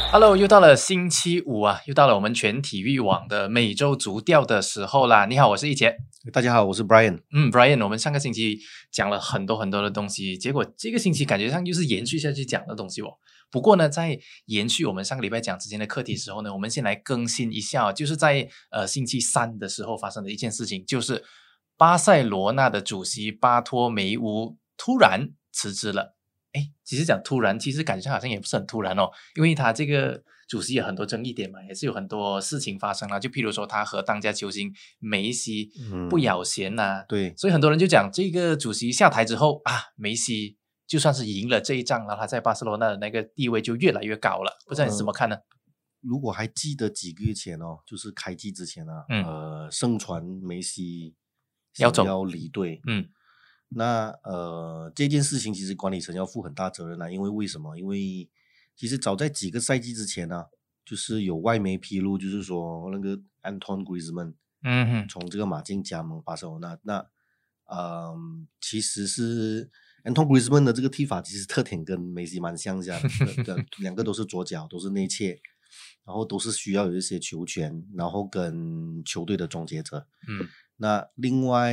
Hello，又到了星期五啊，又到了我们全体育网的每周足调的时候啦。你好，我是一杰。 大家好，我是 Brian。 Brian，我们上个星期讲了很多的东西，结果这个星期感觉上又是延续下去讲的东西哦。不过呢，在延续我们上个礼拜讲之前的课题时候呢，我们先来更新一下，就是在星期三的时候发生的一件事情，就是巴塞罗那的主席巴托梅乌突然辞职了。其实讲突然，其实感觉上好像也不是很突然哦，因为他这个主席有很多争议点嘛，也是有很多事情发生了，就譬如说他和当家球星梅西不咬弦呐， 对， 所以很多人就讲这个主席下台之后啊，梅西就算是赢了这一仗，然后他在巴塞罗那的那个地位就越来越高了，不知道你怎么看呢？ 如果还记得几个月前哦，就是开季之前啊，盛传梅西要走要离队，那这件事情其实管理层要负很大责任啊，因为为什么？因为其实早在几个赛季之前啊，就是有外媒披露，就是说那个 Antoine Griezmann，从这个马竞加盟巴塞罗那，那其实是 Antoine Griezmann 的这个踢法其实特点跟梅西蛮像的，两个都是左脚，都是内切，然后都是需要有一些球权，然后跟球队的终结者。那另外，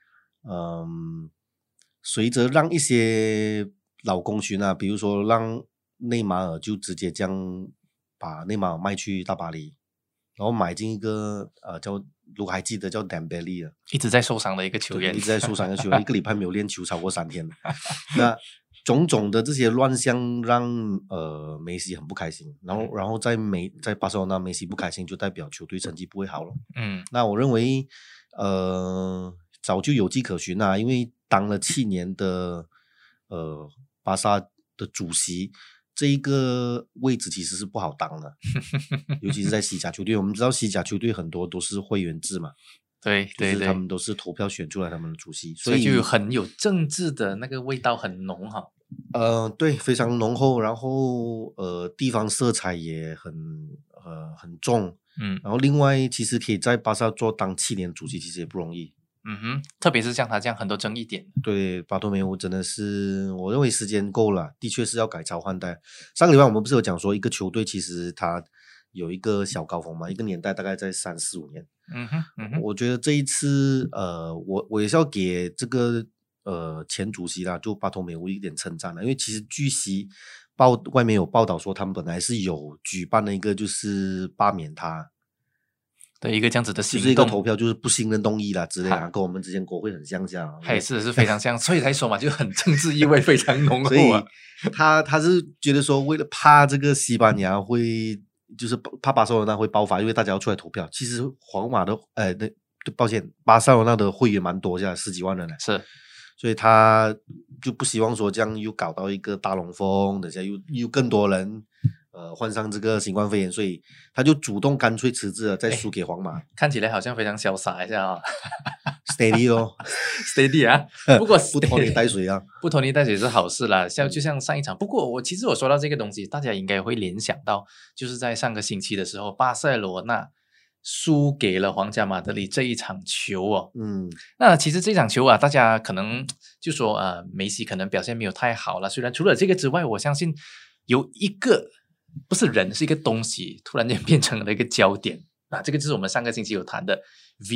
随着让一些老功勋啊，比如说让内马尔就直接将把内马尔卖去大巴黎，然后买进一个如果还记得叫 Dembele 的， 一直在受伤的一个球员， 一直在受伤的球员，一个礼拜没有练球超过3天。那种种的这些乱象让梅西很不开心，然后在巴塞罗那梅西不开心，就代表球队成绩不会好了。那我认为早就有迹可循啊，因为当了7年的巴萨的主席，这一个位置其实是不好当的，尤其是在西甲球队。我们知道西甲球队很多都是会员制嘛， 对， 就是他们都是投票选出来他们的主席， 所以就很有政治的那个味道，很浓哈。 对，非常浓厚，然后地方色彩也很重，然后另外其实可以在巴萨当7年主席，其实也不容易。 特别是像他这样很多争议点。 对，巴托梅乌真的是，我认为时间够了，的确是要改朝换代。上个礼拜我们不是有讲说，一个球队其实它有一个小高峰嘛，一个年代大概在3、4、5年。我觉得这一次我也是要给这个前主席啦，就巴托梅乌一点称赞了，因为其实据悉外面有报道说，他们本来是有举办了一个就是罢免他的一个这样子的行动， 就是一个投票，就是不信任动议啦之类的，跟我们之前国会很像这样， 还是非常像，所以才说嘛，就很政治意味非常浓厚啊。 所以他是觉得说，为了怕这个西班牙会，就是怕巴塞罗那会爆发，因为大家要出来投票。其实皇马的抱歉，巴塞罗那的会员蛮多，现在10几万人了， 是， 所以他就不希望说这样又搞到一个大龙凤，等下又更多人患上这个新冠肺炎，所以他就主动干脆辞职了，再输给皇马。 看起来好像非常潇洒一下啊 ，steady 咯 ，steady 啊。不过不拖泥带水啊， 不拖泥带水是好事啦。就像上一场，不过其实我说到这个东西，大家应该会联想到，就是在上个星期的时候，巴塞罗那输给了皇家马德里这一场球哦。那其实这场球啊，大家可能就说梅西可能表现没有太好了。虽然除了这个之外，我相信有一个不是人，是一个东西，突然间变成了一个焦点。这个就是我们上个星期有谈的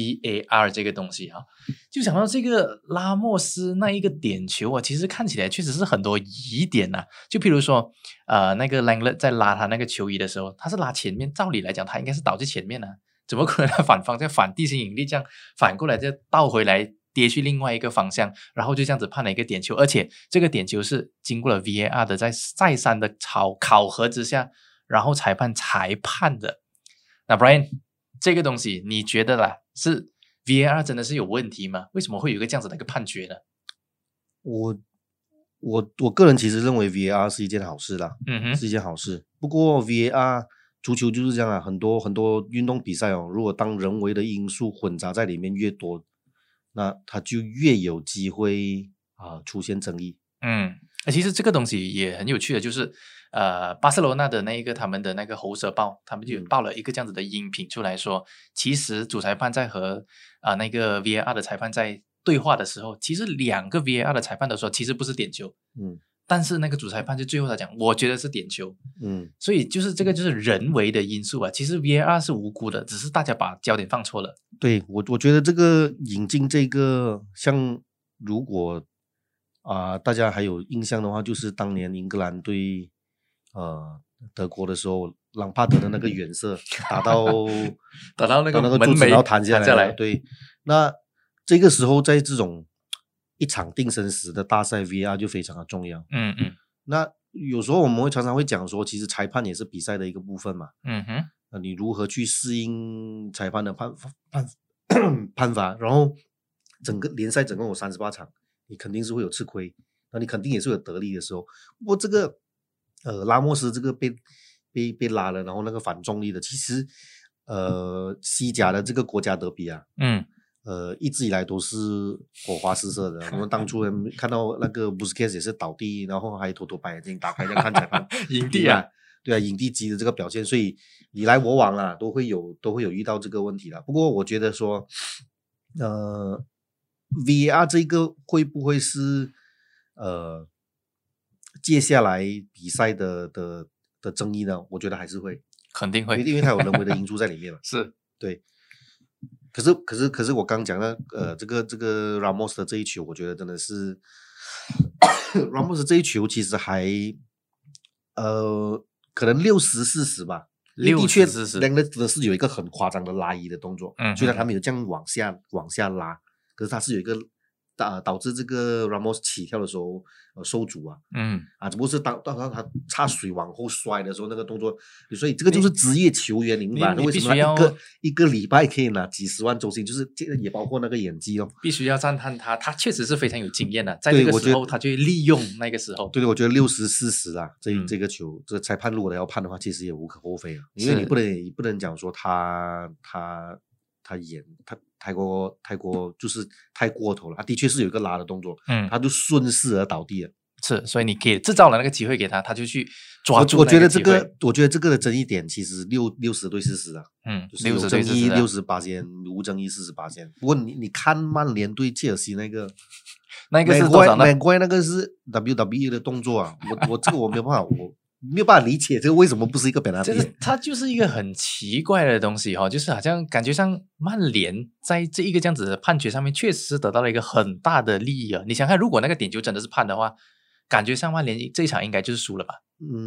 VAR 这个东西啊，就想到这个拉莫斯那一个点球啊，其实看起来确实是很多疑点啊。就譬如说那个 Langlet 在拉他那个球衣的时候，他是拉前面，照理来讲他应该是倒在前面啊，怎么可能他反方向反地心引力这样反过来再倒回来跌去另外一个方向，然后就这样子判了一个点球，而且这个点球是经过了 VAR 的再三的考核之下，然后裁判才判的。那 Brian， 这个东西你觉得啦，是 VAR 真的是有问题吗？为什么会有一个这样子的一个判决呢？ 我个人其实认为 VAR 是一件好事啦，是一件好事。不过 VAR 足球就是这样啊，很多运动比赛哦，如果当人为的因素混杂在里面越多，那它就越有机会出现争议。 其实这个东西也很有趣的，就是巴塞罗那的那一个他们的那个喉舌报，他们就报了一个这样子的音频出来说，其实主裁判在和那个 VAR 的裁判在对话的时候，其实2个 VAR 的裁判都说其实不是点球， 但是那个主裁判就最后他讲，我觉得是点球。所以就是这个就是人为的因素啊。其实 VAR 是无辜的，只是大家把焦点放错了。 对，我觉得这个引进这个，像如果大家还有印象的话，就是当年英格兰对德国的时候，朗帕德的那个远射打到那个柱子， 门楣然后弹下来。 对，那这个时候在这种一场定生死的大赛 ，VAR 就非常的重要。那有时候我们常常会讲说，其实裁判也是比赛的一个部分嘛。你如何去适应裁判的判罚，然后整个联赛总共有38场，你肯定是会有吃亏，那你肯定也是有得利的时候。不过这个拉莫斯这个被拉了，然后那个反重力的，其实西甲的这个国家德比啊，一直以来都是火花四射的。我们当初看到那个 Busquets 也是倒地，然后还偷偷把眼睛打开这样看裁判， 影帝啊， 对啊，影帝级的这个表现，所以你来我往啦，都会有遇到这个问题啦。不过我觉得说VAR 这个会不会是接下来比赛的争议呢？我觉得还是会， 肯定会， 因为它有人为的因素在里面嘛。 是， 对。可是我刚讲的这个 Ramos 的这一球，我觉得真的是Ramos 这一球其实还可能60-40吧。的确两个真的是有一个很夸张的拉移的动作，虽然他没有这样往下拉，可是他是有一个导致这个 Ramos 起跳的时候受阻啊，只不过是当他插水往后摔的时候那个动作，所以这个就是职业球员，你明白为什么一个礼拜可以拿几十万周薪，就是这个也包括那个演技哦， 必须要赞叹他确实是非常有经验的，在这个时候他就会利用那个时候。对， 我觉得60-40啦，这个球，这裁判如果要判的话，其实也无可厚非啊，因为你不能讲说他演他太过就是太过头了，他的确是有一个拉的动作，他就顺势而倒地了。 是，所以你给制造了那个机会给他，他就去抓住那个机会。 我觉得这个的争议点其实60-40啊，就是有争议60%，无争议48%。不过你看曼联对切尔西那个是多少呢？ 美国那个是 WWE 的动作啊，我这个我没有办法，我没有办法理解这个为什么不是一个penalty。 它就是一个很奇怪的东西就是好像感觉上曼联在这一个这样子的判决上面确实是得到了一个很大的利益啊。你想看，如果那个点球真的是判的话，感觉上曼联这一场应该就是输了吧？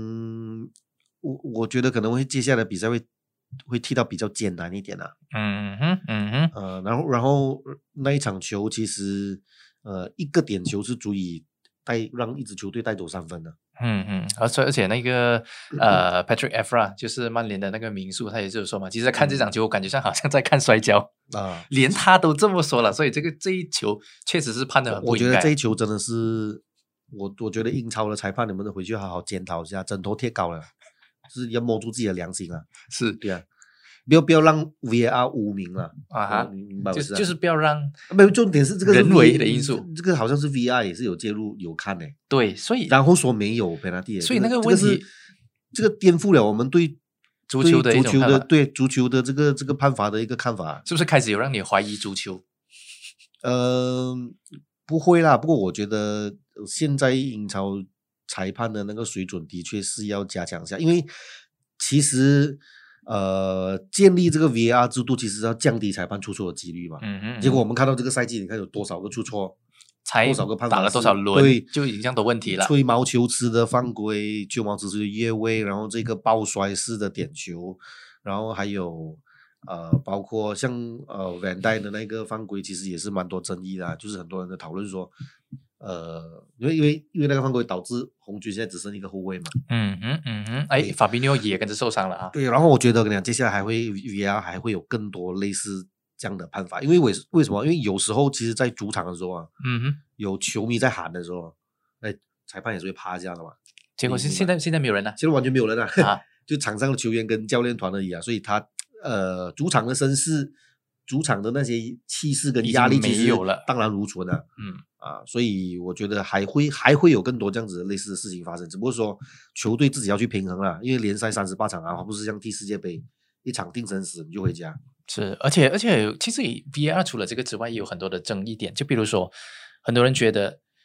我觉得可能会接下来比赛会踢到比较艰难一点啊。然后那一场球其实一个点球是足以让一支球队带走3分的。 而且那个Patrick Evra 就是曼联的那个名宿，他也是有说嘛，其实看这场球我感觉上好像在看摔跤啊，连他都这么说了，所以这一球确实是判的很不应该。 我觉得这一球真的是我觉得英超的裁判能不能回去好好检讨一下，枕头贴高了，就是要摸住自己的良心啊。 是， 对啊，不要让 VAR 污名了你明白吗？ 就是不要让没有，重点是这个人为的因素， 这个好像是 VAR 也是有介入有看的。 对，所以然后说没有 penalty， 所以那个问题这个颠覆了我们对足球的足球的这个判罚的一个看法， 是不是开始有让你怀疑足球？ 不会啦，不过我觉得现在英超裁判的那个水准的确是要加强一下，因为其实建立这个 VAR 制度其实要降低裁判出错的几率嘛。结果我们看到这个赛季，你看有多少个出错，多少个判罚打了多少轮，对，就已经这样多问题了。 吹毛求疵的犯规，旧毛求疵的越位，然后这个抱摔式的点球，然后还有包括像Van Dijk 的那个犯规，其实也是蛮多争议的就是很多人在讨论说，因为那个犯规导致红军现在只剩一个后卫嘛。 法比纽也跟着受伤了啊。 对，然后我觉得接下来VAR 还会有更多类似这样的判罚，因为为什么？因为有时候其实在主场的时候啊，有球迷在喊的时候，裁判也是会趴下的嘛。 结果现在没有人了， 现在完全没有人了就场上的球员跟教练团而已啊，所以他主场的声势、主场的那些气势跟压力其实当然如存了。所以我觉得还会有更多这样子的类似的事情发生，只不过说球队自己要去平衡啦，因为联赛38场不是像踢世界杯一场定生死你就回家。 是，而且其实VAR 除了这个之外，也有很多的争议点，就比如说很多人觉得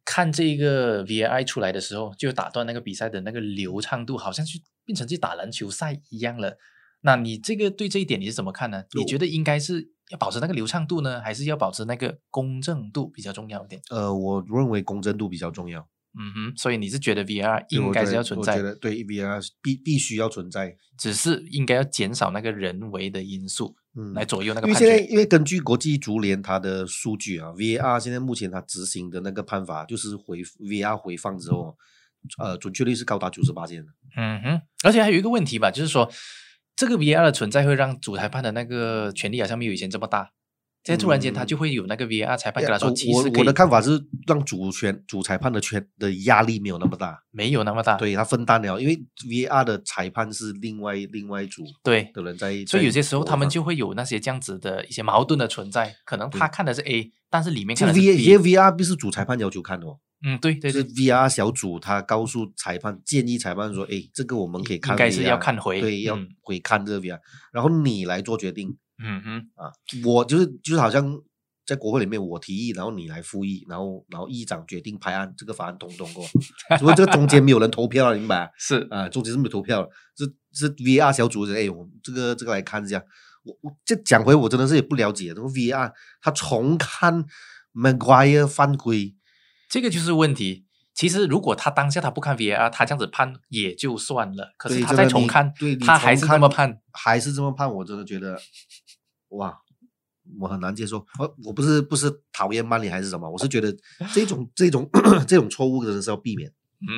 看这个 VAR 出来的时候，就打断那个比赛的那个流畅度，好像就变成去打篮球赛一样了。那你这个对这一点你是怎么看呢？你觉得应该是要保持那个流畅度呢，还是要保持那个公正度比较重要一点？ 我认为公正度比较重要。 嗯哼，所以你是觉得 VR 对应该是要存在， 我觉得对 VR 必须要存在。 只是应该要减少那个人为的因素，来左右那个判决。 因为现在因为根据国际足联它的数据啊，VAR 现在目前它执行的那个判罚就是VAR 回放之后，准确率是高达98%的。 嗯哼，而且还有一个问题吧，就是说这个 VAR 的存在会让主裁判的那个权力好像没有以前这么大。现在突然间他就会有那个 VAR 裁判跟他说，其实我的看法是让主裁判的压力没有那么大， 没有那么大， 对，他分担了，因为 VAR 的裁判是另外组对的人在， 所以有些时候他们就会有那些这样子的一些矛盾的存在，可能他看的是 A，但是里面看的是 B。VR 不是主裁判要求看的哦。 对， 是 VR 小组他告诉裁判，建议裁判说，这个我们可以看 VR， 应该是要看回， 对，要回看这个 VR，然后你来做决定。我就是好像在国会里面我提议，然后你来复议，然后议长决定拍案，这个法案通过，所以这个中间没有人投票了，明白？ 是中间是没有投票了，是 VR 小组的人，我这个来看一下。我这讲回我真的是也不了解，这个 VR 他重看 Maguire 犯规， 这个就是问题。其实如果他当下他不看 VAR， 他这样子判也就算了，可是他再重看，他还是这么判， 我真的觉得哇，我很难接受。我不是讨厌曼联还是什么，我是觉得这种错误真的是要避免。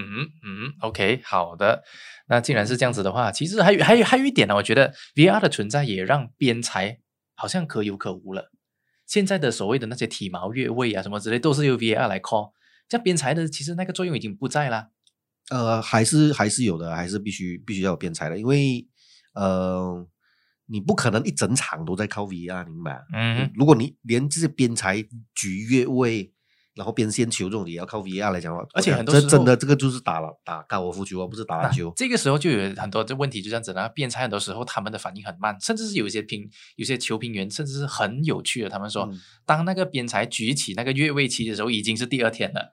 OK， 好的。那既然是这样子的话，其实还有一点呢，我觉得 VAR 的存在也让边裁好像可有可无了。现在的所谓的那些体毛越位啊什么之类，都是由 VAR 来 call， 这样边裁的其实那个作用已经不在啦。 还是有的，还是必须要有边裁的，因为你不可能一整场都在靠 VAR， 明白？如果你连这些边裁举越位，然后边线球这种也要靠 VAR 来讲的话， 而且很多时候真的这个就是打高尔夫球，不是打篮球。 这个时候就有很多的问题，就这样子啦。边裁很多时候他们的反应很慢，甚至是有些球评员甚至是很有趣的，他们说，当那个边裁举起那个越位旗的时候，已经是第二天了。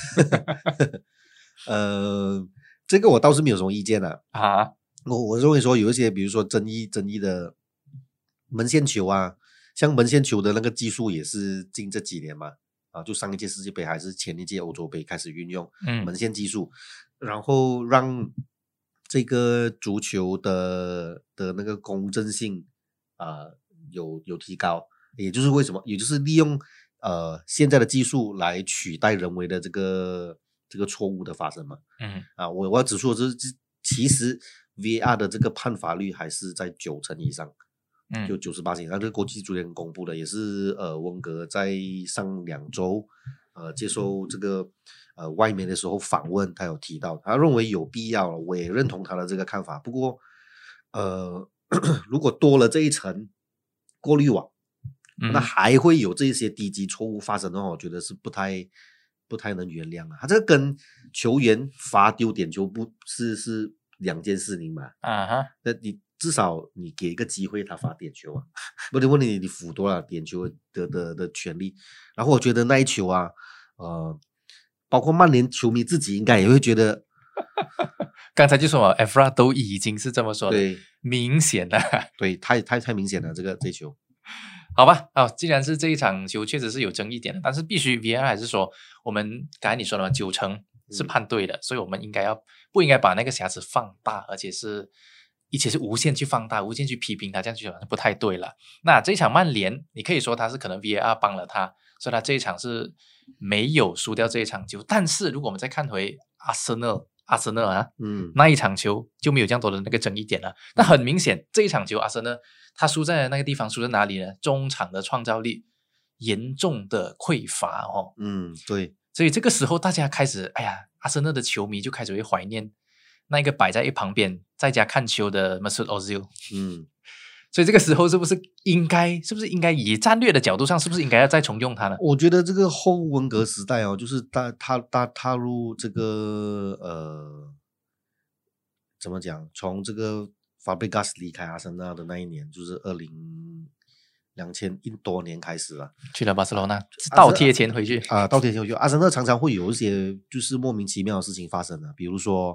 这个我倒是没有什么意见了啊。 我认为说有一些比如说争议的门线球啊，像门线球的那个技术也是近这几年嘛，就上一届世界杯还是前一届欧洲杯开始运用门线技术，然后让这个足球的那个公正性有提高，也就是为什么，也就是利用现在的技术来取代人为的这个错误的发生嘛。我要指出的是，其实 VAR 的这个判罚率还是在90%以上。就98%，那这个国际足联公布的，也是温格在上2周接受这个外媒的时候访问，他有提到，他认为有必要了，我也认同他的这个看法。不过如果多了这一层过滤网，那还会有这些低级错误发生的话，我觉得是不太能原谅啊。他这个跟球员罚丢点球不是两件事情嘛？那你至少你给一个机会他罚点球啊，不能问你辅多了点球的权利。然后我觉得那一球啊，包括曼联球迷自己应该也会觉得， 刚才就说嘛 ，Evra 都已经是这么说了， 对， 明显的， 对，太明显了，这球。 好吧，既然是这一场球确实是有争议点的，但是必须 VAR 还是说我们刚才你说的嘛，90%是判对的，所以我们不应该把那个瑕疵放大，而且是无限去放大，无限去批评他，这样就好像不太对了。那这一场曼联，你可以说他是可能 VAR 帮了他，所以他这一场是没有输掉这一场球。但是如果我们再看回阿森纳那一场球就没有这样多的那个争议点了。那很明显，这一场球阿森纳他输在那个地方，输在哪里呢？中场的创造力严重的匮乏哦。 对。 所以这个时候大家开始，阿森纳的球迷就开始会怀念那一个摆在一旁边在家看球的 Mesut Ozil。所以这个时候是不是应该以战略的角度上，是不是应该要再重用他呢？ 我觉得这个后温格时代就是他踏入这个怎么讲？从这个 Fabregas 离开阿森纳的那一年，就是 2000多年开始了， 去了巴塞罗那，倒贴钱回去倒贴钱回去。阿森纳常常会有一些就是莫名其妙的事情发生的，比如说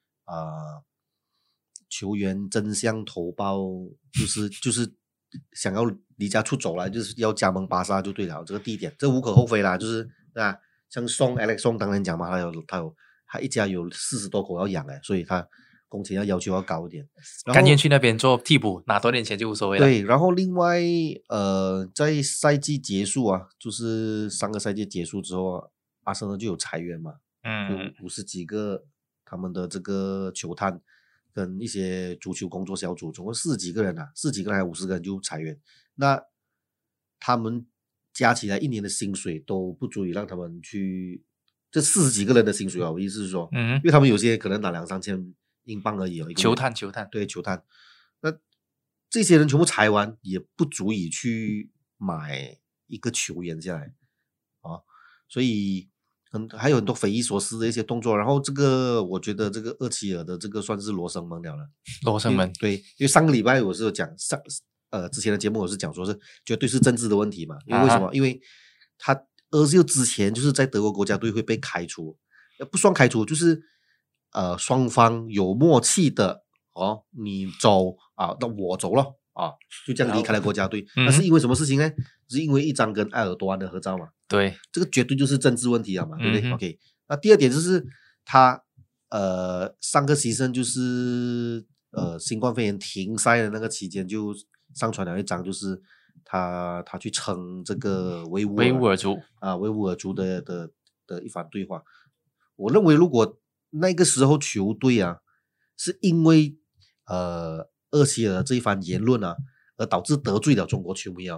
球员争相投报，就是想要离家出走了，就是要加盟巴萨就对了，这个地点这无可厚非啦，就是啊，像Alex Song 当然讲嘛，他一家有40多口要养所以他工钱要求要高一点， 甘愿去那边做替补，拿多点钱就无所谓了。 对，然后另外在赛季结束就是上个赛季结束之后，阿森纳就有裁员嘛，就50几个他们的这个球探跟一些足球工作小组，总共40几个人40几个人还50个人就裁员，那他们加起来一年的薪水都不足以让他们去，这40几个人的薪水我意思是说，因为他们有些可能拿2-3千英镑而已球探对，球探，那这些人全部裁完也不足以去买一个球员下来所以还有很多匪夷所思的一些动作，然后这个我觉得这个厄齐尔的这个算是罗生门了。 罗生门， 对，因为上个礼拜我是有讲之前的节目我是讲说是绝对是政治的问题嘛，因为为什么？因为他厄齐尔之前就是在德国国家队会被开除，不算开除，就是双方有默契的你走那我走了就这样离开了国家队。那是因为什么事情呢？是因为一张跟埃尔多安的合照嘛。 对， 这个绝对就是政治问题了嘛，对不对？OK， 那第二点就是他上个season就是新冠肺炎停赛的那个期间，就上传了一张，就是他去称这个维吾尔族的一番对话。我认为如果那个时候球队是因为厄齐尔这一番言论而导致得罪了中国球迷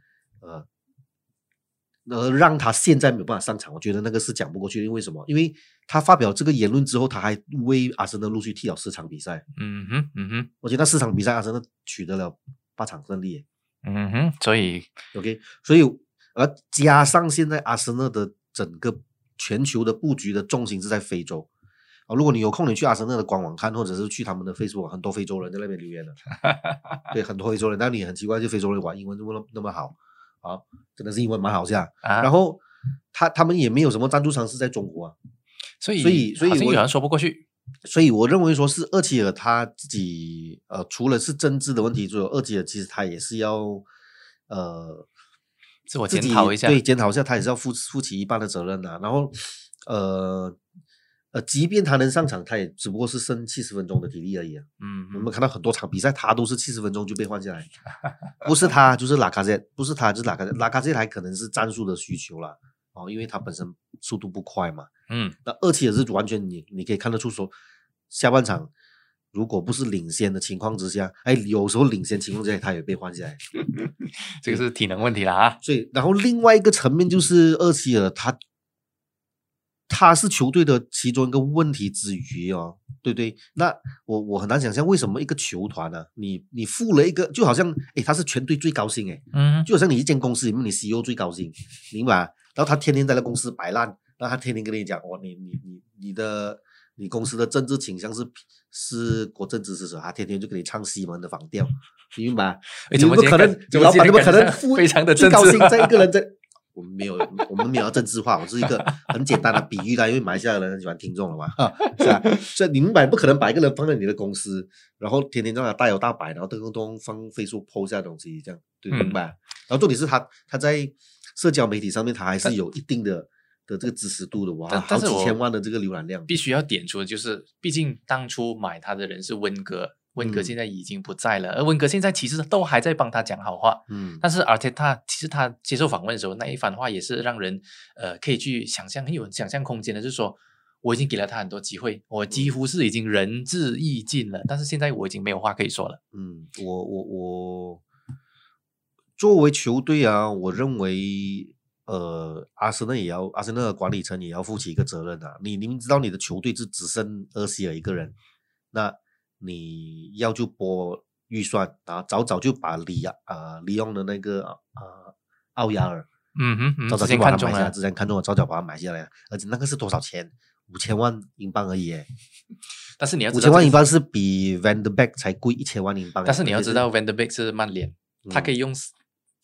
让他现在没有办法上场，我觉得那个是讲不过去。因为什么？因为他发表这个言论之后，他还为阿森纳陆续踢了4场比赛。我觉得那4场比赛阿森纳取得了8场胜利。 所以 OK， 所以而加上现在阿森纳的整个全球的布局的重心是在非洲。如果你有空你去阿森纳的官网看，或者是去他们的 Facebook， 很多非洲人在那边留言了。对，很多非洲人，但你很奇怪，就非洲人玩英文怎么那么好真的是英文蛮好下然后他们也没有什么赞助商是在中国所以好像有人说不过去。 所以我认为说是厄齐尔他自己除了是政治的问题之外，厄齐尔其实他也是要自我检讨一下， 对，检讨一下，他也是要负起一半的责任然后即便他能上场，他也只不过是剩70分钟的体力而已我们看到很多场比赛他都是70分钟就被换下来不是他就是拉卡泽，不是他就是拉卡泽还可能是战术的需求啦因为他本身速度不快嘛那厄齐尔是完全你可以看得出说下半场如果不是领先的情况之下有时候领先情况之下他也被换下来这个是体能问题啦所以然后另外一个层面就是厄齐尔他是球队的其中一个问题之余对不对？那我很难想象为什么一个球团你付了一个，就好像他是全队最高薪就好像你一间公司里面你 CEO 最高薪，明白？然后他天天在那公司摆烂，然后他天天跟你讲你公司的政治倾向是国政支持者，他天天就给你唱西门的反调，你明白？ 怎么可能老板怎么可能付非常的最高薪在一个人在？我们没有要政治化，我是一个很简单的比喻因为马来西亚人很喜欢听众了嘛，是吧？所以你明白不可能把一个人放在你的公司，然后天天让他大摇大摆，然后动不动放 Facebook post 下东西，这样对明白？然后重点是他在社交媒体上面他还是有一定的这个支持度的好几千万的这个浏览量。 必须要点出的就是，毕竟当初买他的人是温格现在已经不在了，而温格现在其实都还在帮他讲好话但是阿特塔其实他接受访问的时候那一番话也是让人可以去想象，很有想象空间的，就是说我已经给了他很多机会，我几乎是已经仁至义尽了但是现在我已经没有话可以说了我作为球队我认为阿森纳的管理层也要负起一个责任你们知道你的球队只剩厄齐尔一个人，那你要就拨预算早就把里昂的那个奥亚尔早就把他买下来，之前看中了，早把他买下来，而且那个是多少钱？5000万英镑而已但是你要知道 5000万英镑是比 Van de Beek 才贵1000万英镑但是你要知道 Van de Beek 是曼联他可以用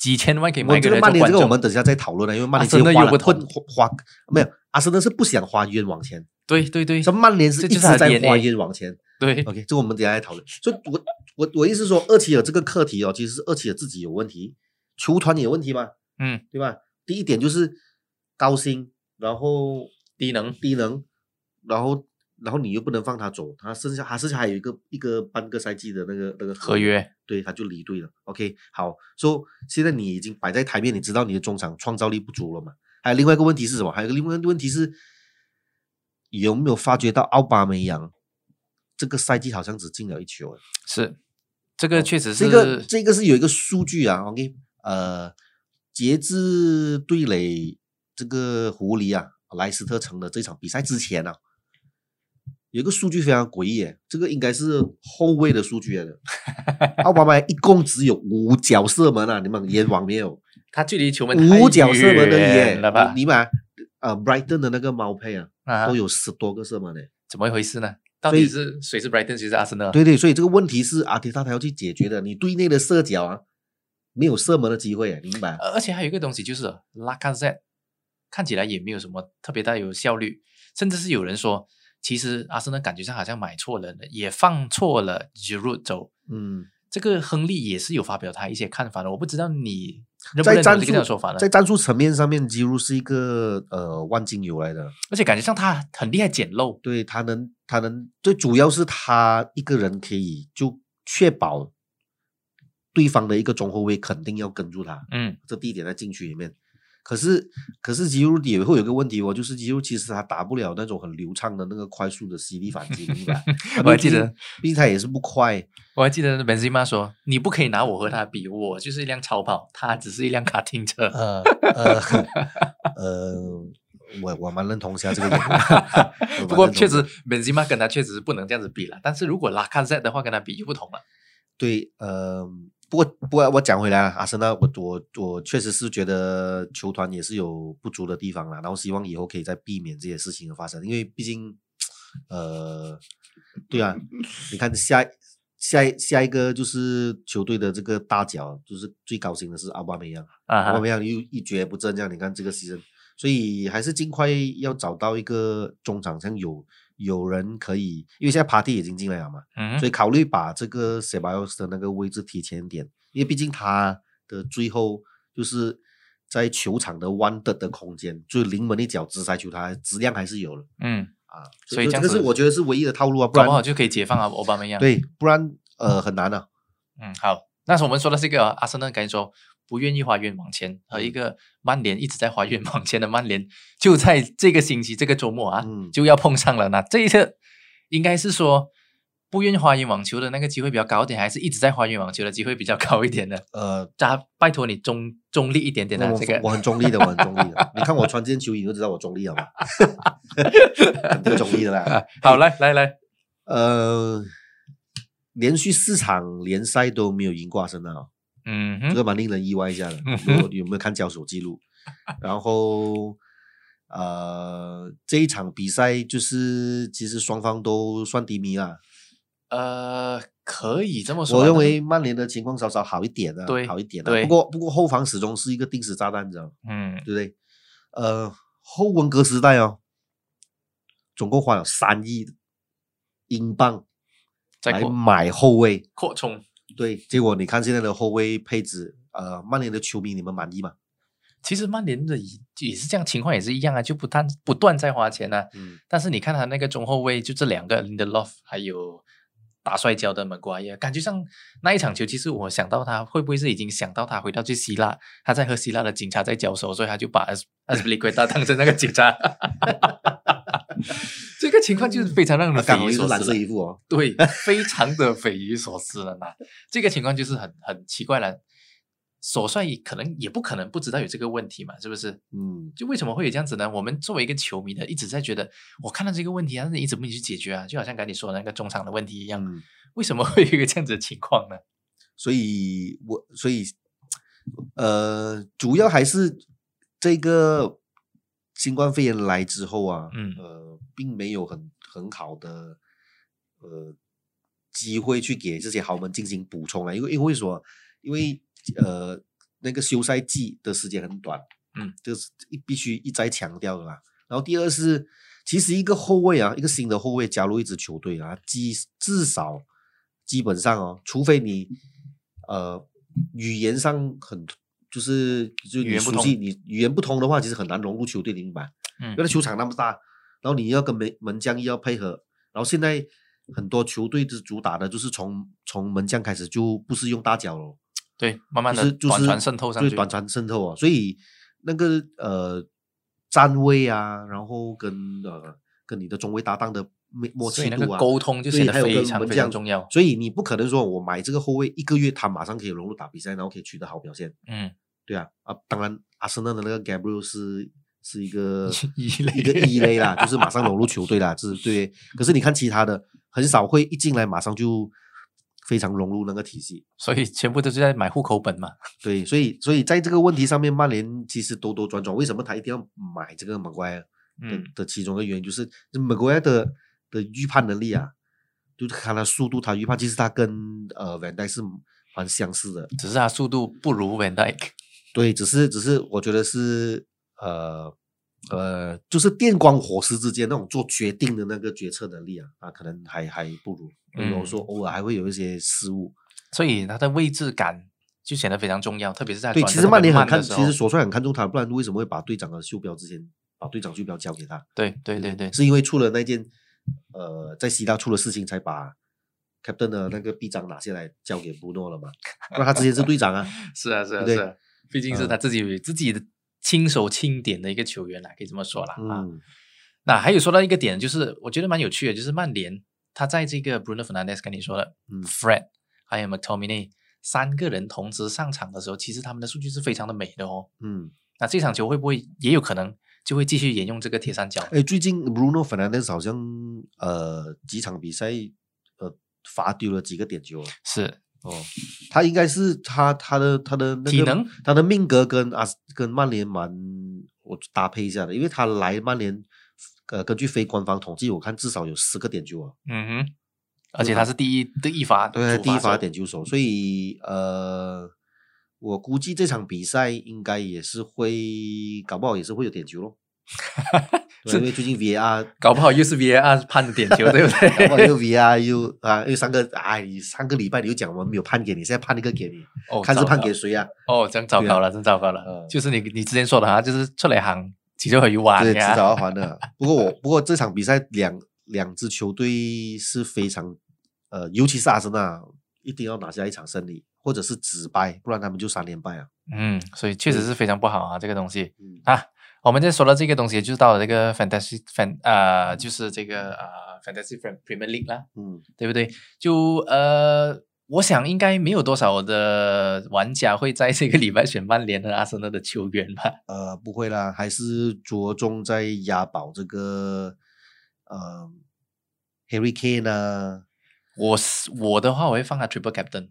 几千万可以我买一个人做这个曼联观众。 这个我们等一下再讨论了，因为曼联阿森纳其实花了又不同花没有，阿森纳是不想花冤枉钱， 对对对， 这曼联是一直这就是他的在 DNA 花冤枉钱。 对 OK，这个我们等一下再讨论。所以我意思是说，厄齐尔这个课题哦，其实是厄齐尔自己有问题，球团也有问题嘛，对吧？第一点就是高薪，然后低能， 然后你又不能放他走，他剩下还有一个半个赛季的那个合约， 对，他就离队了。OK， 好，所以现在你已经摆在台面，你知道你的中场创造力不足了嘛？还有另外一个问题是什么？还有另外一个问题是，有没有发觉到奥巴梅扬这个赛季好像只进了1球？ 是这个确实是、 这个是有一个数据啊。OK， 截至对垒这个狐狸啊莱斯特城的这场比赛之前啊，有一个数据非常诡异耶，这个应该是后卫的数据来的。奥巴马一共只有5脚射门啊，你们冤枉没有？ 他距离球门 5脚射门而已耶了吧？ 你把Brighton 的那个猫配啊都有10多个射门呢， 怎么一回事呢？到底是谁是 Brighton， 谁是阿森纳？ 对，所以这个问题是阿迪塔他要去解决的。你队内的射脚啊，没有射门的机会，你明白？ 而且还有一个东西就是拉卡泽看起来也没有什么特别大有效率，甚至是有人说，其实阿森纳感觉上好像买错人了，也放错了 Giroud 走。这个亨利也是有发表他一些看法的，我不知道你认不认同这个说法呢？ 在战术层面上面，Giroud是一个万金油来的， 而且感觉上他很厉害捡漏， 对，他能，最主要是他一个人可以就确保对方的一个中后卫肯定要跟住他，这第一点在禁区里面。可是吉鲁也会有个问题哦，就是吉鲁其实他打不了那种很流畅的那个快速的犀利反击，明白？ 我还记得， 毕竟他也是不快。 我还记得 Benzema 说：“你不可以拿我和他比，我就是一辆超跑，他只是一辆卡丁车。” 我蛮认同一下这个言论。 不过确实 Benzema 跟他确实是不能这样子比了，但是如果拉卡泽的话跟他比就不同了。 对，不过我讲回来了，阿森纳我确实是觉得球团也是有不足的地方啦，然后希望以后可以再避免这些事情的发生，因为毕竟对啊，你看下一个就是球队的这个大脚，就是最高薪的是奥巴梅扬，奥巴梅扬又一蹶不振，这样你看这个season，所以还是尽快要找到一个中场，像有人可以，因为现在 Partey 已经进来了嘛，所以考虑把这个 Ceballos 的那个位置提前点，因为毕竟他的最后就是在球场的1/3的空间，就临门一脚直塞球，他质量还是有了。所以这个是我觉得是唯一的套路啊，不然搞不好就可以解放奥巴梅扬。 对，不然很难啊。 好，那是我们说的这个阿森纳，刚才说不愿意花冤枉钱，和一个曼联一直在花冤枉钱的曼联，就在这个星期这个周末啊，就要碰上了。那这一次应该是说不愿意花冤枉球的那个机会比较高一点，还是一直在花冤枉球的机会比较高一点的？拜托你中立一点点的这个， 我很中立的，我很中立的。你看我穿这件球衣，你就知道我中立了嘛，肯定中立的啦。 好，来， 连续4场联赛都没有赢过阿森纳，这个蛮令人意外一下的。有没有看交手记录？然后这一场比赛就是其实双方都算低迷啦。 可以这么说。 我认为曼联的情况稍稍好一点啊， 对， 好一点啊。 对， 不过后防始终是一个定时炸弹，你知道吗？对不对？后温格时代哦，总共花了3亿英镑来买后卫扩充。 对，结果你看现在的后卫配置，曼联的球迷你们满意吗？ 其实曼联的也是这样，情况也是一样啊，就不断在花钱啊。但是你看他那个中后卫，就这2个 Lindelof 还有打摔跤的门瓜耶，感觉上那一场球，其实我想到他会不会是已经想到他回到去希腊，他在和希腊的警察在交手，所以他就把Azpilicueta当成那个警察。这个情况就是非常让人匪夷所思。 蓝色衣服哦， 对，非常的匪夷所思了。那这个情况就是很奇怪了。索帅可能也不可能不知道有这个问题嘛，是不是？就为什么会有这样子呢？我们作为一个球迷的，一直在觉得我看到这个问题，但是一直没有去解决啊，就好像刚才你说的那个中场的问题一样。为什么会有一个这样子的情况呢？ 所以主要还是这个新冠肺炎来之后啊，并没有很好的机会去给这些豪门进行补充啊，因为什么？因为那个休赛季的时间很短，这是必须一再强调的啦。然后第二是，其实一个后卫啊，一个新的后卫加入一支球队啊，至少基本上哦，除非你语言上就是你熟悉，你语言不通的话，其实很难融入球队里面吧。因为球场那么大，然后你要跟门将要配合，然后现在很多球队的主打的就是从门将开始就不是用大脚了， 对，慢慢的短传渗透上去， 对，短传渗透啊，所以那个站位啊，然后跟你的中卫搭档的默契度啊， 所以那个沟通就显得非常非常重要。 所以你不可能说我买这个后卫1个月他马上可以融入打比赛，然后可以取得好表现。对啊，当然阿森纳的那个 Gabriel 是一个异类啦，就是马上融入球队啦，对。可是你看其他的很少会一进来马上就非常融入那个体系， 所以全部都是在买户口本嘛。 对，所以在这个问题上面，曼联其实兜兜转转，为什么他一定要买这个 Maguire 的其中一个原因就是 Maguire 的预判能力啊，就是看他速度，他预判其实他跟Van Dijk 是蛮相似的， 只是他速度不如 Van Dijk。 对，只是我觉得是就是电光火石之间那种做决定的那个决策能力啊，可能还不如，比如说偶尔还会有一些失误， 所以他的位置感就显得非常重要，特别是在对，其实曼联其实索帅很看重他，不然为什么会把队长的袖标把队长袖标交给他？ 对， 是因为出了那件在希腊出了事情才把 Captain 的那个臂章拿下来交给布诺了嘛？不然他之前是队长啊。 是啊，毕竟是他自己的亲手钦点的一个球员啦，可以这么说啦。那还有说到一个点，就是我觉得蛮有趣的，就是曼联他在这个 Bruno Fernandes 跟你说的，Fred 还有 McTominay 3个人同时上场的时候，其实他们的数据是非常的美的哦。那这场球会不会也有可能就会继续沿用这个铁三角？ 最近 Bruno Fernandes 好像几场比赛罚丢了几个点球， 是他应该是他的那个体能， 他的命格跟曼联我搭配一下的，因为他来曼联根据非官方统计，我看至少有10个点球啊。 而且他是第一发， 对，第一发点球手，所以我估计这场比赛应该也是搞不好也是会有点球咯。对，因为最近 VAR 搞不好又是 VAR 判的点球，对不对？ 搞不好又 VAR 又因为上个礼拜你就讲我们没有判给你，现在判一个给你，看是判给谁啊？ 真糟糕了，真糟糕了。就是你之前说的就是出来行，其实很晚， 对，迟早要还的。不过这场比赛两支球队是非常尤其是阿森纳一定要拿下一场胜利，或者是止败，不然他们就3连败啊。 所以确实是非常不好啊，这个东西我们在说到这个东西，就是到了这个 Fantasy 就是这个Fantasy Premier League 啦，对不对？就我想应该没有多少的玩家会在这个礼拜选曼联和阿森纳的球员吧？ 不会啦，还是着重在押宝这个Harry Kane 啊。 我的话，我会放他 Triple Captain。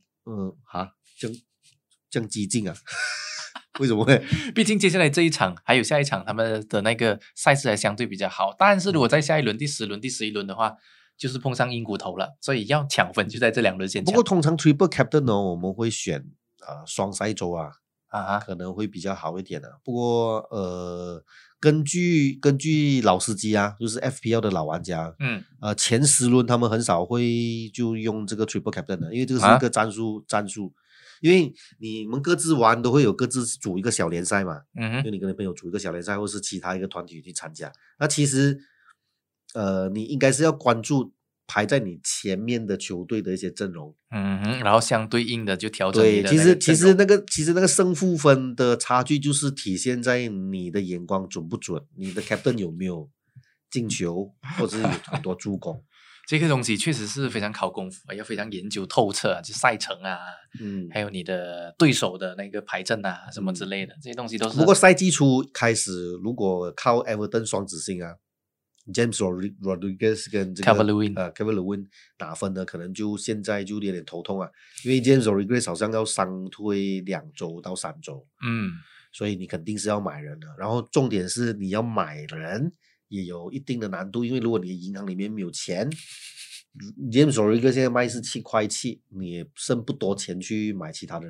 这样激进啊？为什么会？ 毕竟接下来这一场还有下一场，他们的那个赛事还相对比较好。但是如果在下一轮第10轮、第11轮的话，就是碰上硬骨头了，所以要抢分就在这2轮先抢。 不过通常 Triple Captain 我们会选双赛周可能会比较好一点的。不过根据老司机就是 FPL 的老玩家，前10轮他们很少会就用这个 Triple Captain 的，因为这个是一个战术。因为你们各自玩都会有各自组一个小联赛嘛，就你跟你朋友组一个小联赛，或是其他一个团体去参加。那其实你应该是要关注排在你前面的球队的一些阵容， 然后相对应的就调整你的。 对，其实那个胜负分的差距就是体现在你的眼光准不准，你的 captain 有没有进球，或者是有很多助攻。 这个东西确实是非常考功夫，要非常研究透彻就赛程还有你的对手的那个排阵什么之类的，这些东西都是。 不过赛季初开始，如果靠 Everton 双子星James Rodriguez 跟这个 Calvert-Lewin 打分的，可能就现在就有点头痛因为 James Rodriguez 好像要伤退2周到3周，所以你肯定是要买人的。然后重点是你要买人也有一定的难度，因为如果你银行里面没有钱 ，James Rodriguez 现在卖是7.7块，你也剩不多钱去买其他的人。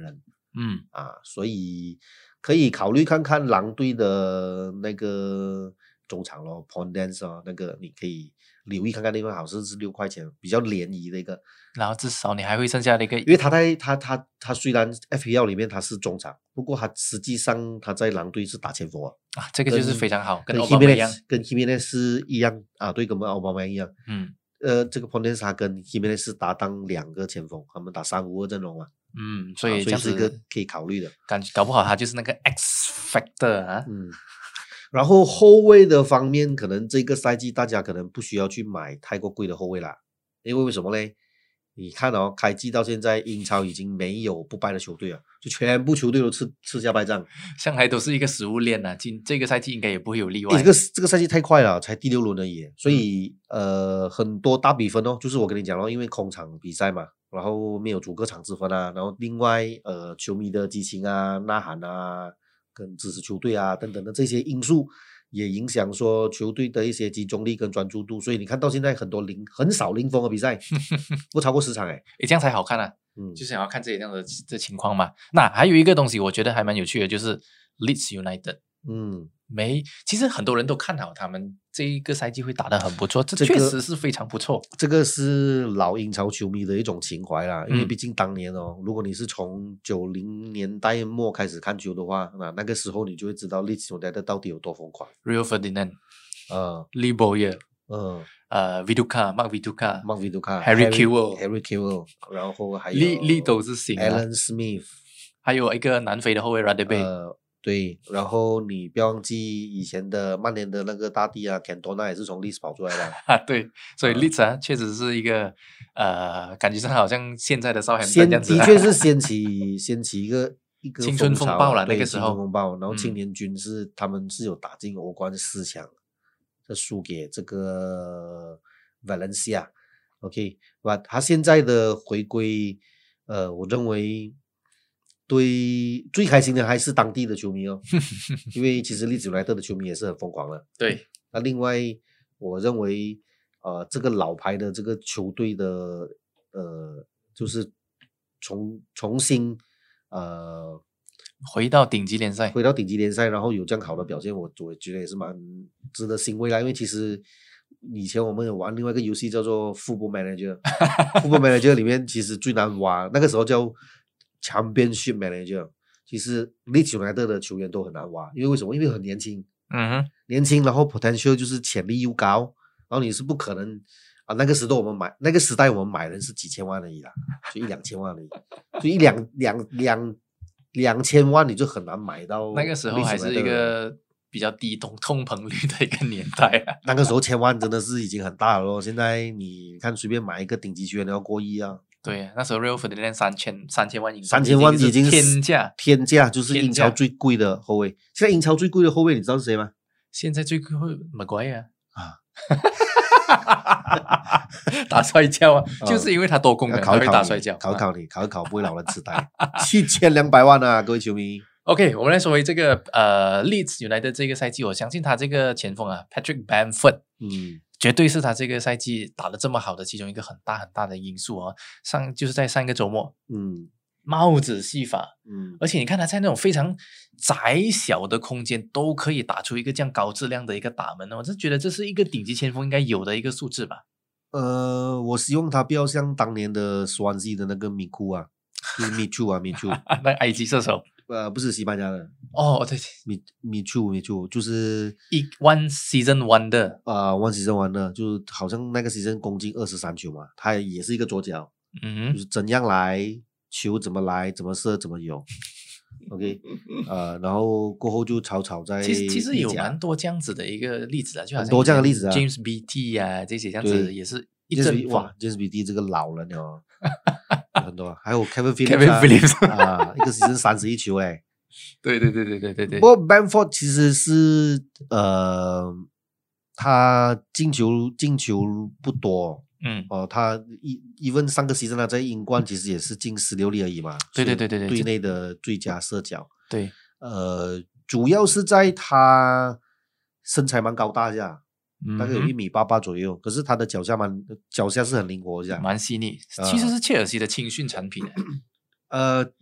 所以可以考虑看看狼队的那个中场咯 Pondence 哦，那个你可以留意看看，那个好像是6块钱，比较廉宜的一个。 然后至少你还会剩下的一个， 因为他虽然 FPL 里面他是中场，不过他实际上他在狼队是打前锋这个就是非常好，跟 Jimenez 一样， 跟 Jimenez 是一样对，跟奥巴马一样。这个 Pondence 他跟 Jimenez 是搭档2个前锋，他们打3-5-2阵容嘛。 所以这样子是一个可以考虑的， 搞不好他就是那个 X factor 啊。 然后后卫的方面，可能这个赛季大家可能不需要去买太过贵的后卫啦，因为什么呢？你看开季到现在，英超已经没有不败的球队了，就全部球队都吃下败仗。 向来都是一个食物链啊，这个赛季应该也不会有例外。 这个赛季太快了，才第6轮而已，所以很多大比分就是我跟你讲咯，因为空场比赛嘛，然后没有主客场之分然后另外球迷的激情呐喊跟支持球队等等的这些因素也影响说球队的一些集中力跟专注度，所以你看到现在很少零封的比赛，不超过10场这样才好看啊。就想要看这样的情况嘛。那还有一个东西我觉得还蛮有趣的，就是 Leeds United。其实很多人都看好他们这一个赛季会打得很不错，这确实是非常不错。 这个是老英超球迷的一种情怀啦，因为毕竟当年如果你是从90年代末开始看球的话，那个时候你就会知道 Leeds United 到底有多疯狂。 Rio Ferdinand Lee Bowyer Mark Viduka Harry Kewell 然后还有 Lee 都是行 Alan Smith， 还有一个南非的后卫 Radebe。 对，然后你不要忘记以前的曼联的那个大帝Cantona 也是从 Leeds 跑出来的对，所以 Leeds 确实是一个感觉上好像现在的Southampton这样子的确是掀起一个青春风暴了那个时候， 青春风暴，然后青年军他们是有打进欧冠4强，输给这个 Valencia。 OK， 他现在的回归我认为对最开心的还是当地的球迷因为其实Leeds United的球迷也是很疯狂的。 对， 那另外我认为这个老牌的这个球队的就是重新回到顶级联赛， 然后有这样好的表现，我觉得也是蛮值得欣慰啦。因为其实以前我们有玩另外一个游戏叫做 Football Manager，Football Manager 里面其实最难挖，那个时候叫Championship Manager， 其实 Leeds United 的球员都很难挖，因为为什么？因为很年轻，年轻，然后 potential 就是潜力又高，然后你是不可能那个时代我们买人是几千万而已啦，就1-2千万而已，就两千万你就很难买到。 那个时候还是一个比较低通膨率的一个年代那个时候1000万真的是已经很大了咯，现在你看随便买一个顶级球员都要过亿对，那时候 Rio Ferdinand 3000万 ，3000万已经是天价，就是英超最贵的后卫。现在英超最贵的后卫你知道是谁吗？ 现在最贵Maguire 打摔跤就是因为他多功能，他会打摔跤。 考一考不会老人痴呆。7200万各位球迷。 OK， 我们来说回这个Leeds United 这个赛季，我相信他这个前锋Patrick Bamford，绝对是他这个赛季打得这么好的其中一个很大的因素就是在上一个周末，帽子戏法，而且你看他在那种非常窄小的空间都可以打出一个这样高质量的一个打门我就觉得这是一个顶级前锋应该有的一个素质吧。 我希望他不要像当年的 Swansea 的那个米库就是 Michu 那埃及射手不是西班牙的对 Michu 就是 One Season Wonder One Season Wonder， 就是好像那个 season 攻进23球嘛，他也是一个左脚，就是怎样来球怎么来怎么射怎么有OK 然后过后就草在其实有蛮多这样子的一个例子就好像很多这样的例子 James BT 这些这样子也是一阵风。 James BT 这个老人很多，还有 Kevin Phillips 一个season 31球对。 不过 Bamford 其实是他进球不多，他even上个 season 在英冠其实也是进16粒而已嘛， 对， 队内的最佳射脚， 对， 主要是在他身材蛮高大下，大概有1.88米左右，可是他的脚下是很灵活，蛮细腻，其实是切尔西的青训产品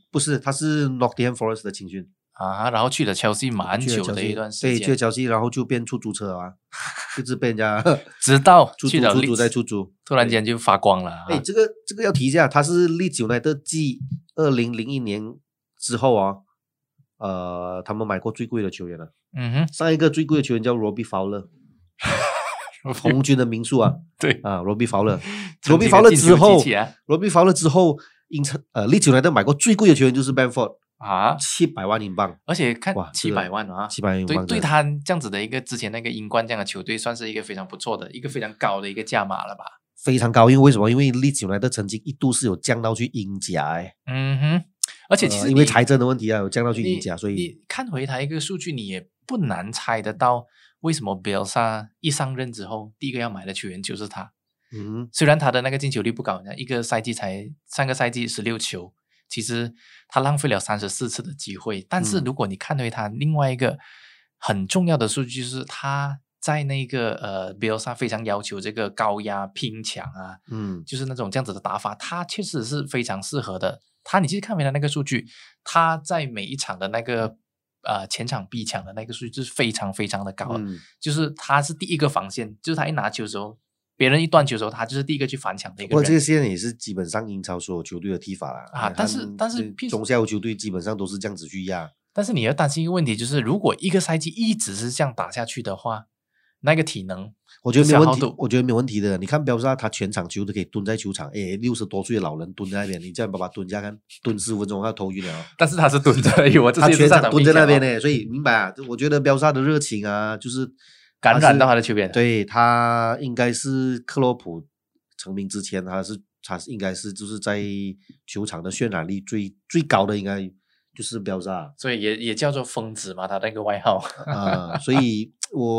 不是，他是 Nottingham Forest 的青训啊，然后去了Chelsea蛮久的一段时间， 对，去了Chelsea，然后就变出租车啊，就是被人家直到出去了租再出租， 突然间就发光了。 哎，这个要提一下，他是Leeds United继2001年之后啊，他们买过最贵的球员了。上一个最贵的球员叫 Robbie Fowler。红军的名宿啊， 对啊 ，Robbie Fowler，Robbie Fowler 之后，Robbie Fowler 之后，Leeds United买过最贵的球员就是 Bamford 啊，700万英镑， 而且看700万啊 ，700万英镑， 对他这样子的一个之前那个英冠这样的球队，算是一个非常不错的一个非常高的一个价码了吧？ 非常高，因为为什么？因为Leeds United曾经一度是有降到去英甲， 而且其实因为财政的问题啊，有降到去英甲，所以你看回他一个数据，你也不难猜得到。为什么 Bielsa 一上任之后，第一个要买的球员就是他？虽然他的那个进球率不高，一个赛季上个赛季16球，其实他浪费了34次的机会。但是如果你看回他另外一个很重要的数据，就是他在那个Bielsa 非常要求这个高压拼抢啊，就是那种这样子的打法，他确实是非常适合的。你其实看回他那个数据，他在每一场的那个前场逼抢的那个数据是非常非常的高，就是他是第一个防线，就是他一拿球的时候，别人一断球的时候，他就是第一个去反抢的一个人。 不过这个现在也是基本上英超所有球队的踢法啦啊，但是中下游球队基本上都是这样子去压。 但是你要担心一个问题，就是如果一个赛季一直是这样打下去的话，那个体能我觉得没有问题，我觉得没有问题的。你看Bielsa他全场球都可以蹲在球场，60多岁的老人蹲在那边，你叫你爸爸蹲下看，蹲15分钟他头晕了。 但是他是蹲着而已， 他全场蹲在那边呢，所以明白啊？我觉得Bielsa的热情啊，就是感染到他的球员。 对，他应该是克洛普成名之前，他应该是就是在球场的渲染力最高的，应该就是Bielsa， 所以也叫做疯子嘛，他那个外号所以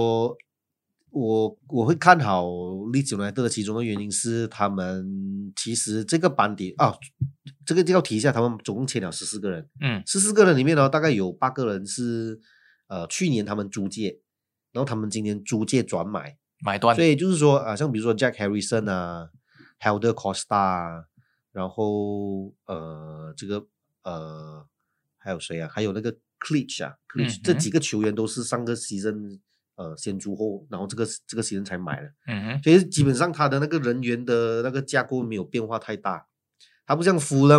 我会看好Leeds United的其中的原因是他们其实这个班底这个就要提一下，他们总共签了14个人，14个人里面呢，大概有8个人是去年他们租借，然后他们今年租借转买断， 所以就是说像比如说 Jack Harrison 啊 Helder Costa 啊，然后这个还有谁啊？还有那个 Clich 这几个球员都是上个season先租后，然后这个season才买的，所以基本上他的那个人员的那个架构没有变化太大，他不像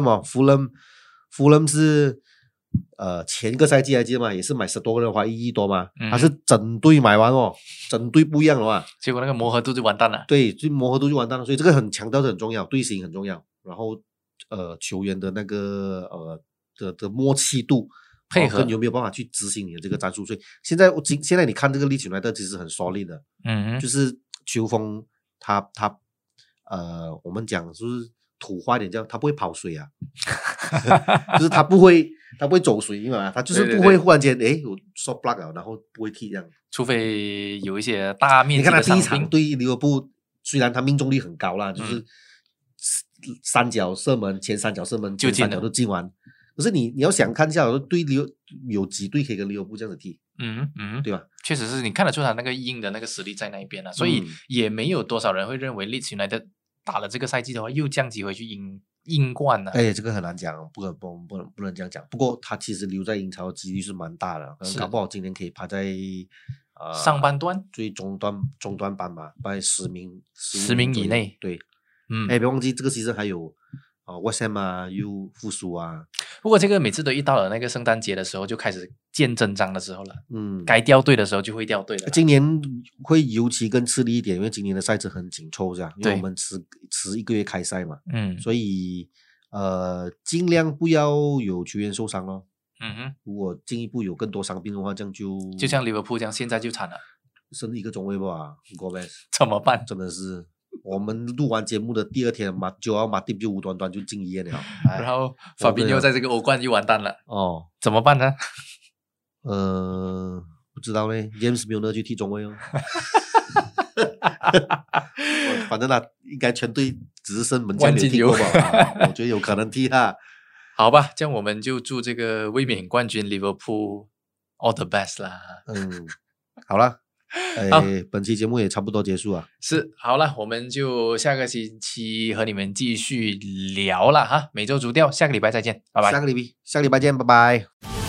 Fulham 是前个赛季还记得吗？也是买10多个人花1亿多嘛，他是整队买完整队不一样了嘛， 结果那个磨合度就完蛋了。 对，就磨合度就完蛋了，所以这个很强调的很重要，队形很重要，然后球员的那个的默契度。 配合有没有办法去执行你的这个战术？所以现在你看这个Leeds United其实很 solid 的，就是球风他我们讲就是土话一点叫他不会跑水啊，就是他不会走水，因为他就是不会忽然间我 short block 了，然后不会踢这样， 除非有一些大面积的伤病。 你看他第一场对利物浦，虽然他命中率很高啦，就是三角射门前3脚射门前3脚都进完。可是你要想看一下，对有几队可以跟利物浦这样子踢，对吧？ 确实是你看得出他那个硬的那个实力在那一边了，所以也没有多少人会认为Leeds United打了这个赛季的话又降级回去英冠了。 这个很难讲，不能这样讲。不过他其实留在英超的几率是蛮大的，搞不好今年可以排在上半段最中端班吧，大概10名以内。 对，别忘记这个season还有West Ham 又复苏啊。 不过这个每次都一到了那个圣诞节的时候就开始见真章的时候了，该掉队的时候就会掉队了。 今年会尤其更吃力一点，因为今年的赛制很紧凑，这样，因为我们迟1个月开赛嘛，所以尽量不要有球员受伤咯。如果进一步有更多伤病的话，这样就像利物浦这样，现在就惨了， 剩一个中卫吧，Gomez 怎么办？ 真的是。我们录完节目的第2天马蒂就无端端就进医院了， 然后法比纽在这个欧冠就完蛋了怎么办呢？ 不知道呢 ，James Milner 去踢中卫反正应该全队只是剩门将没有踢过吧，我觉得有可能踢他。 好吧，这样我们就祝这个卫冕冠军利物浦 all the best 啦。 好了。 本期节目也差不多结束啊。 是，好了，我们就下个星期和你们继续聊了哈。每周足调，下个礼拜再见，拜拜。 下个礼拜见，拜拜。